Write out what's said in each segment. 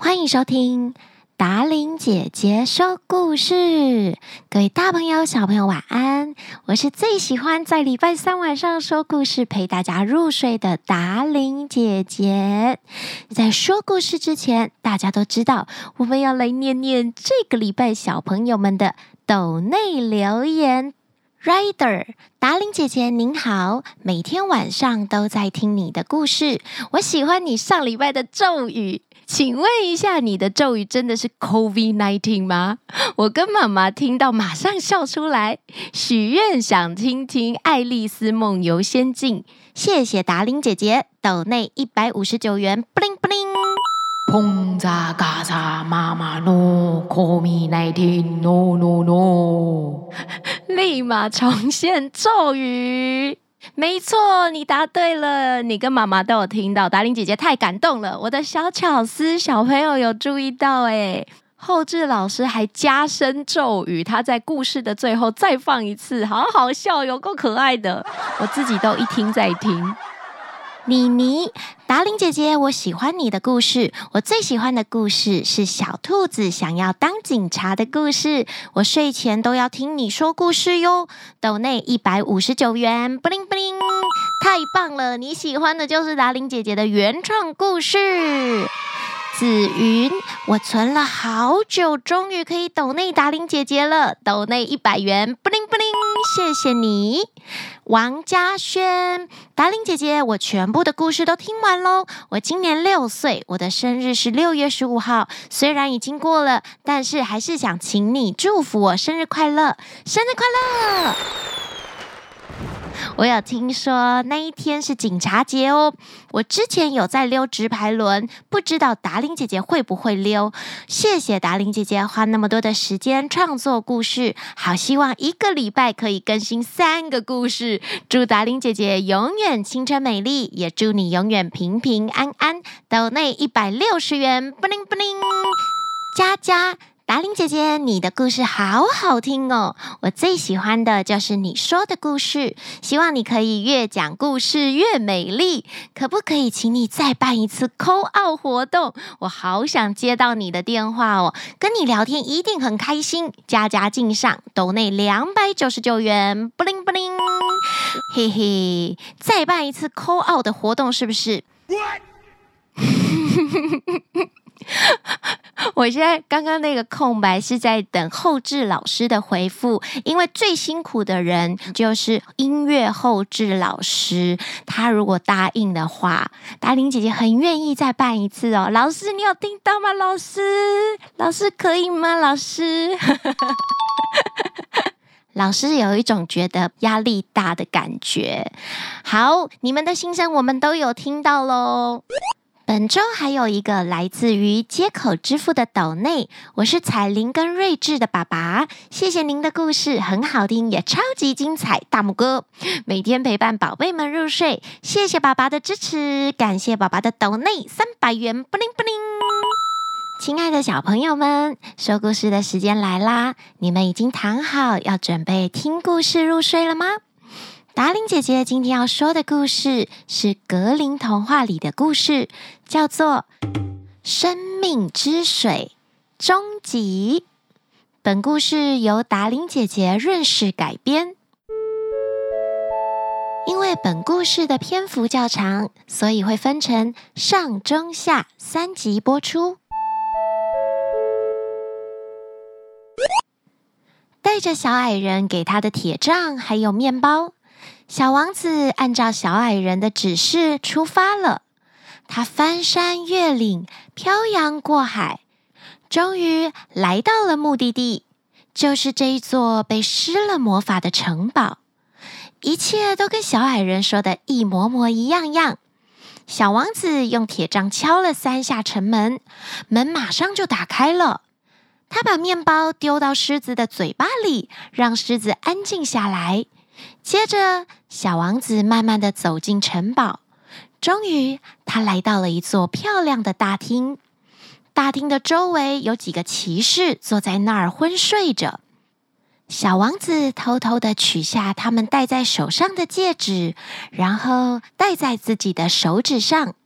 欢迎收听达伶姐姐说故事。各位大朋友小朋友晚安，我是最喜欢在礼拜三晚上说故事陪大家入睡的达伶姐姐。在说故事之前，大家都知道我们要来念念这个礼拜小朋友们的抖内留言。Rider， 达伶姐姐您好，每天晚上都在听你的故事，我喜欢你上礼拜的咒语。请问一下，你的咒语真的是 COVID-19 吗？我跟妈妈听到马上笑出来。许愿想听听《爱丽丝梦游仙境》，谢谢达伶姐姐，抖内159元，bling bling。 砰嚓嘎嚓，妈妈 no COVID-19 no no no， 立马重现咒语。没错，你答对了，你跟妈妈都有听到，达伶姐姐太感动了。我的小巧思小朋友有注意到耶，后制老师还加深咒语，他在故事的最后再放一次，好好笑，有够可爱的，我自己都一听再听。妮妮，达伶姐姐，我喜欢你的故事。我最喜欢的故事是小兔子想要当警察的故事。我睡前都要听你说故事哟。抖内159元，bling bling，太棒了！你喜欢的就是达伶姐姐的原创故事。紫云，我存了好久，终于可以抖内达伶姐姐了。抖内100元，bling bling，谢谢你。王嘉轩，达伶姐姐，我全部的故事都听完咯。我今年6岁，我的生日是6月15号，虽然已经过了，但是还是想请你祝福我生日快乐，生日快乐！我有听说那一天是警察节哦，我之前有在溜直排轮，不知道达伶姐姐会不会溜。谢谢达伶姐姐花那么多的时间创作故事，好希望一个礼拜可以更新3个故事。祝达伶姐姐永远青春美丽，也祝你永远平平安安。抖内160元，bling bling。佳佳，达伶姐姐，你的故事好好听哦！我最喜欢的就是你说的故事，希望你可以越讲故事越美丽。可不可以请你再办一次call out活动？我好想接到你的电话哦，跟你聊天一定很开心。家家敬上，抖内299元，bling bling。嘿嘿，再办一次call out的活动是不是？我现在刚刚那个空白是在等后制老师的回复，因为最辛苦的人就是音乐后制老师，他如果答应的话，达伶姐姐很愿意再办一次哦。老师，你有听到吗？老师可以吗？老师老师有一种觉得压力大的感觉。好，你们的心声我们都有听到咯。本周还有一个来自于街口支付的抖内，我是彩玲跟睿智的爸爸，谢谢您的故事，很好听，也超级精彩，大拇哥！每天陪伴宝贝们入睡，谢谢爸爸的支持，感谢爸爸的抖内300元，不灵不灵！亲爱的小朋友们，说故事的时间来啦，你们已经躺好，要准备听故事入睡了吗？达伶姐姐今天要说的故事是格林童话里的故事，叫做《生命之水》终极。本故事由达伶姐姐润饰改编。因为本故事的篇幅较长，所以会分成上、中、下3集播出。带着小矮人给他的铁杖还有面包，小王子按照小矮人的指示出发了。他翻山越岭，漂洋过海，终于来到了目的地，就是这一座被施了魔法的城堡。一切都跟小矮人说的一模模一样样。小王子用铁杖敲了3下城门，门马上就打开了。他把面包丢到狮子的嘴巴里，让狮子安静下来。接着，小王子慢慢地走进城堡，终于，他来到了一座漂亮的大厅。大厅的周围有几个骑士坐在那儿昏睡着。小王子偷偷地取下他们戴在手上的戒指，然后戴在自己的手指上。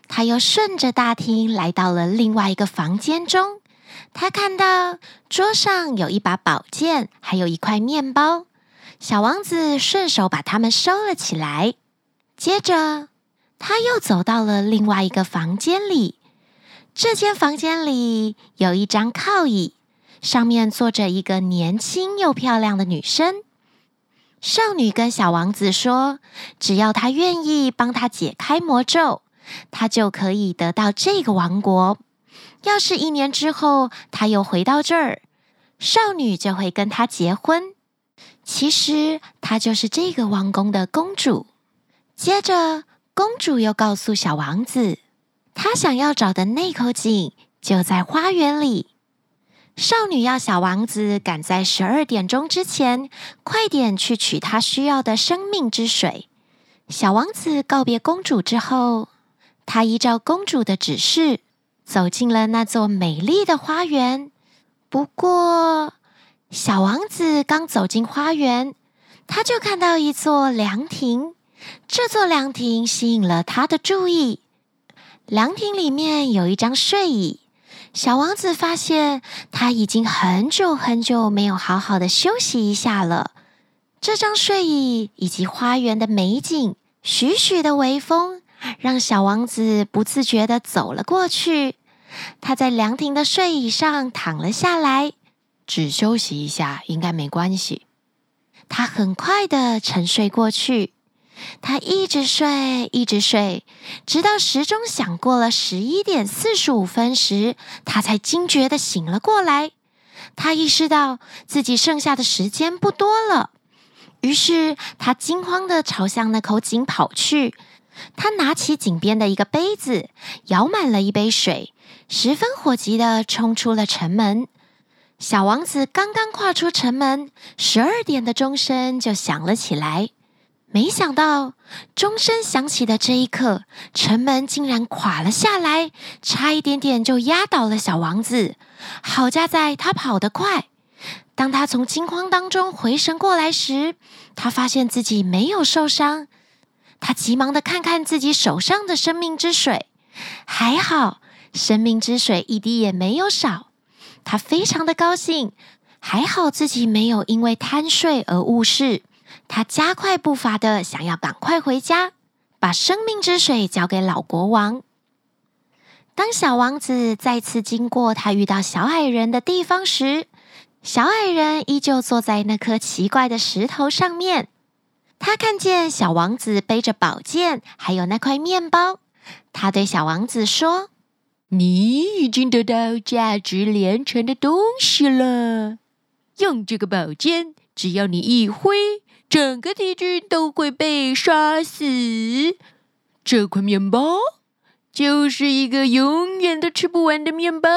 他又顺着大厅来到了另外一个房间中。他看到桌上有一把宝剑，还有一块面包。小王子顺手把它们收了起来。接着，他又走到了另外一个房间里。这间房间里有一张靠椅，上面坐着一个年轻又漂亮的女生。少女跟小王子说，只要他愿意帮他解开魔咒，他就可以得到这个王国。要是1年之后他又回到这儿，少女就会跟他结婚。其实她就是这个王宫的公主。接着，公主又告诉小王子，她想要找的那口井就在花园里。少女要小王子赶在12点钟之前，快点去取她需要的生命之水。小王子告别公主之后，他依照公主的指示，走进了那座美丽的花园。不过，小王子刚走进花园，他就看到一座凉亭。这座凉亭吸引了他的注意。凉亭里面有一张睡椅。小王子发现他已经很久很久没有好好的休息一下了。这张睡椅以及花园的美景，徐徐的微风让小王子不自觉地走了过去。他在凉亭的睡椅上躺了下来， 只休息一下应该没关系。 他很快地沉睡过去。他一直睡，一直睡，直到时钟响过了11点45分时，他才惊觉地醒了过来。他意识到自己剩下的时间不多了，于是他惊慌地朝向那口井跑去。他拿起井边的一个杯子，舀满了一杯水，十分火急地冲出了城门。小王子刚刚跨出城门，12点的钟声就响了起来。没想到，钟声响起的这一刻，城门竟然垮了下来，差一点点就压倒了小王子。好家在他跑得快。当他从惊慌当中回神过来时，他发现自己没有受伤。他急忙地看看自己手上的生命之水，还好，生命之水一滴也没有少。他非常的高兴，还好自己没有因为贪睡而误事。他加快步伐的想要赶快回家，把生命之水交给老国王。当小王子再次经过他遇到小矮人的地方时，小矮人依旧坐在那颗奇怪的石头上面。他看见小王子背着宝剑，还有那块面包。他对小王子说：“ 你已经得到价值连城的东西了。用这个宝剑，只要你一挥，整个敌军都会被杀死。这块面包就是一个永远都吃不完的面包。”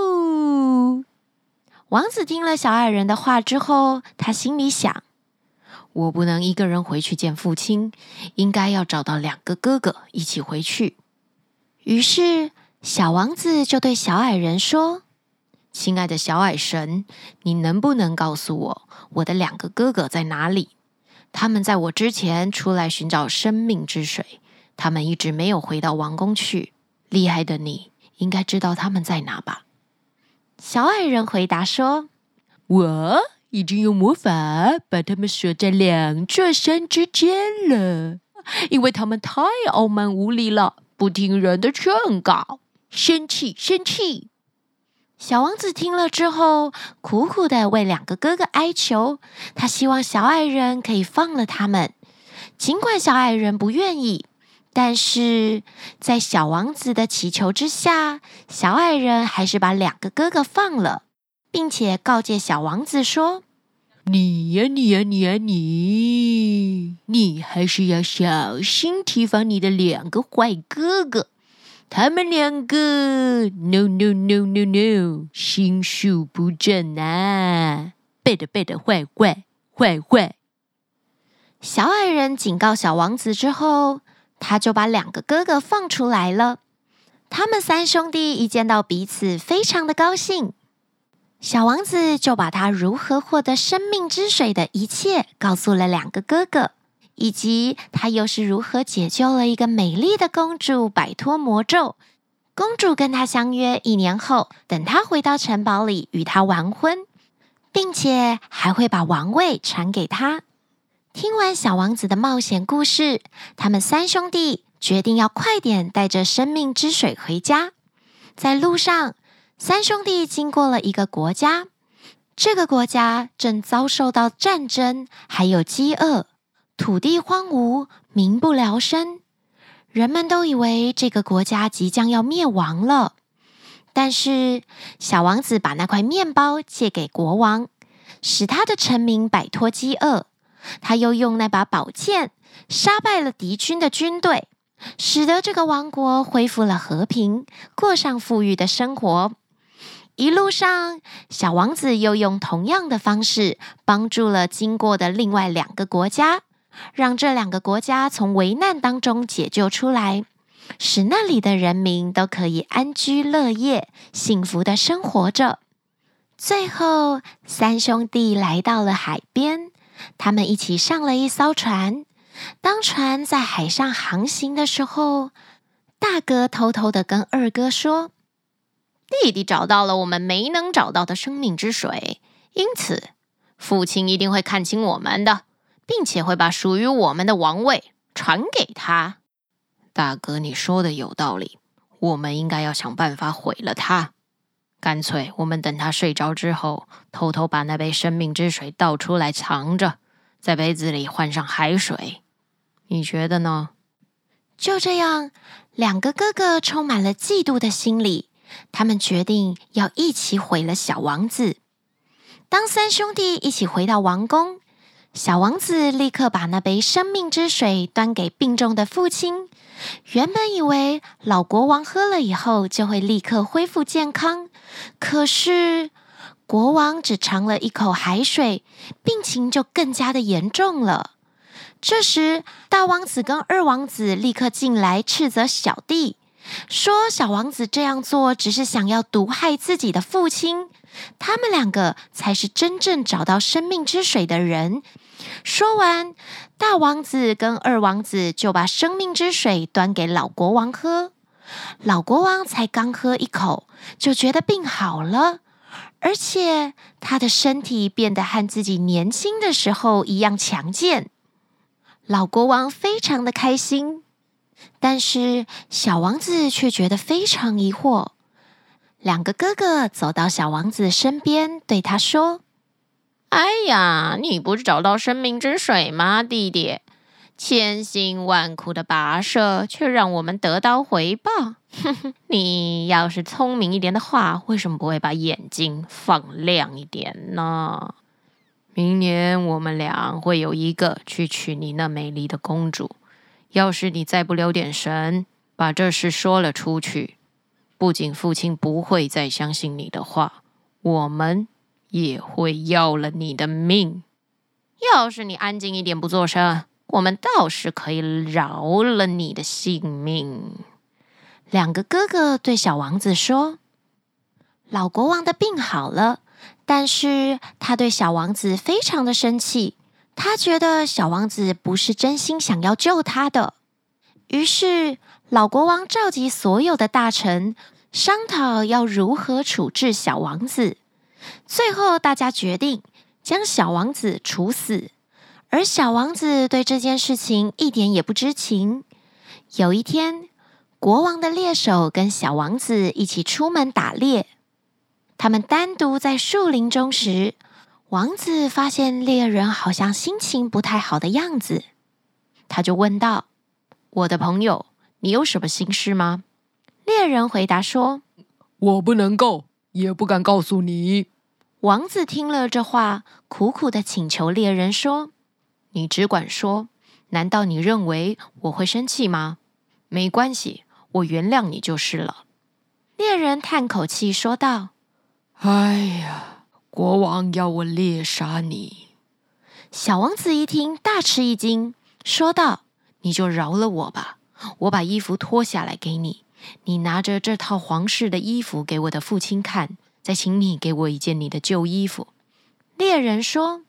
王子听了小矮人的话之后，他心里想： 我不能一个人回去见父亲，应该要找到2个哥哥一起回去。 于是，小王子就对小矮人说：“ 亲爱的小矮神，你能不能告诉我的2个哥哥在哪里？他们在我之前出来寻找生命之水，他们一直没有回到王宫去。厉害的你，应该知道他们在哪吧？” 小矮人回答说：“ 我已经用魔法把他们锁在2座山之间了，因为他们太傲慢无礼了，不听人的劝告，生气生气。” 小王子听了之后，苦苦地为2个哥哥哀求，他希望小矮人可以放了他们。尽管小矮人不愿意，但是在小王子的祈求之下，小矮人还是把2个哥哥放了，并且告诫小王子说：“ 你还是要小心提防你的2个坏哥哥。他们2个 no， 心术不正啊，背的坏。” 小矮人警告小王子之后，他就把2个哥哥放出来了。他们3兄弟一见到彼此，非常的高兴。小王子就把他如何获得生命之水的一切告诉了2个哥哥， 以及他又是如何解救了一个美丽的公主摆脱魔咒。公主跟他相约1年后，等他回到城堡里与他完婚，并且还会把王位传给他。听完小王子的冒险故事，他们3兄弟决定要快点带着生命之水回家。在路上，3兄弟经过了一个国家，这个国家正遭受到战争，还有饥饿，土地荒芜，民不聊生。人们都以为这个国家即将要灭亡了。但是小王子把那块面包借给国王，使他的臣民摆脱饥饿。他又用那把宝剑杀败了敌军的军队，使得这个王国恢复了和平，过上富裕的生活。一路上，小王子又用同样的方式帮助了经过的另外2个国家，让这2个国家从危难当中解救出来，使那里的人民都可以安居乐业，幸福的生活着。最后，3兄弟来到了海边，他们一起上了一艘船。当船在海上航行的时候，大哥偷偷地跟二哥说：“弟弟找到了我们没能找到的生命之水，因此父亲一定会看清我们的，并且会把属于我们的王位传给他。”大哥，你说的有道理，我们应该要想办法毁了他。干脆我们等他睡着之后，偷偷把那杯生命之水倒出来藏着，在杯子里换上海水。你觉得呢？就这样，2个哥哥充满了嫉妒的心理，他们决定要一起毁了小王子。当3兄弟一起回到王宫，小王子立刻把那杯生命之水端给病重的父亲。原本以为老国王喝了以后就会立刻恢复健康，可是国王只尝了一口海水，病情就更加的严重了。这时，大王子跟二王子立刻进来斥责小弟，说小王子这样做只是想要毒害自己的父亲，他们2个才是真正找到生命之水的人。说完，大王子跟二王子就把生命之水端给老国王喝。老国王才刚喝一口，就觉得病好了，而且他的身体变得和自己年轻的时候一样强健。老国王非常的开心，但是小王子却觉得非常疑惑。2个哥哥走到小王子身边，对他说：“哎呀，你不是找到生命之水吗，弟弟？千辛万苦的跋涉，却让我们得到回报。你要是聪明一点的话，为什么不会把眼睛放亮一点呢？明年我们俩会有一个去娶你那美丽的公主。要是你再不留点神，把这事说了出去，不仅父亲不会再相信你的话，我们也会要了你的命。要是你安静一点不作声，我们倒是可以饶了你的性命。”2个哥哥对小王子说。老国王的病好了，但是他对小王子非常的生气，他觉得小王子不是真心想要救他的。于是老国王召集所有的大臣，商讨要如何处置小王子。最后大家决定将小王子处死，而小王子对这件事情一点也不知情。有一天，国王的猎手跟小王子一起出门打猎，他们单独在树林中时，王子发现猎人好像心情不太好的样子，他就问道：“我的朋友，你有什么心事吗？”猎人回答说：“ 我不能够，也不敢告诉你。” 王子听了这话，苦苦地请求猎人说：“你只管说，难道你认为我会生气吗？没关系，我原谅你就是了。”猎人叹口气说道：“ 哎呀，国王要我猎杀你。” 小王子一听，大吃一惊，说道：“ 你就饶了我吧，我把衣服脱下来给你，你拿着这套皇室的衣服给我的父亲看，再请你给我一件你的旧衣服。” 猎人说：“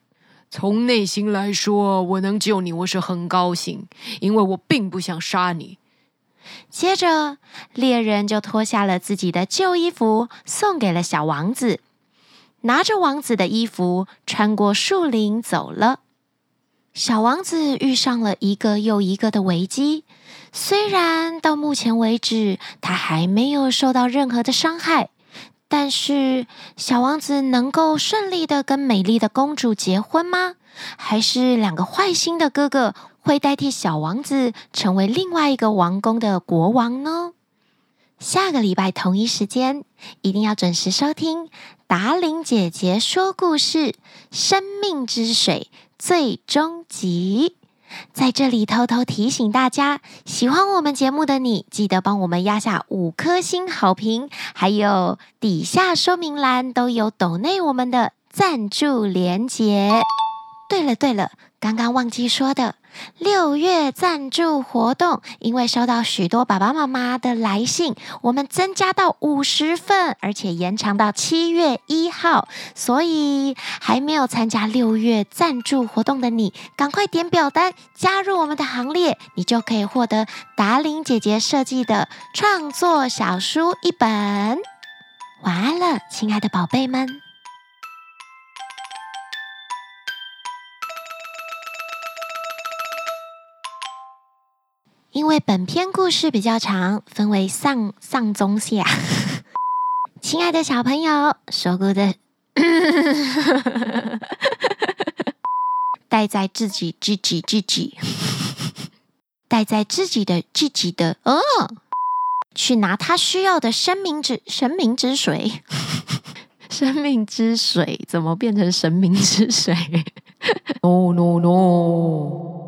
从内心来说，我能救你，我是很高兴，因为我并不想杀你。 接着，猎人就脱下了自己的旧衣服，送给了小王子。拿着王子的衣服，穿过树林走了。小王子遇上了一个又一个的危机，虽然到目前为止他还没有受到任何的伤害，但是小王子能够顺利的跟美丽的公主结婚吗？还是两个坏心的哥哥会代替小王子成为另外一个王宫的国王呢？下个礼拜同一时间，一定要准时收听达伶姐姐说故事《生命之水》最终集。在这里偷偷提醒大家，喜欢我们节目的你，记得帮我们压下5颗星好评，还有底下说明栏都有抖内我们的赞助连结。对了，刚刚忘记说的，6月赞助活动，因为收到许多爸爸妈妈的来信，我们增加到50份，而且延长到7月1号，所以还没有参加6月赞助活动的你，赶快点表单加入我们的行列，你就可以获得达伶姐姐设计的创作小书1本。晚安了，亲爱的宝贝们。因为本篇故事比较长，分为上中下。亲爱的小朋友，说过的带在自己带在自己的去拿他需要的生命之水。生命之水怎么变成神明之水？ No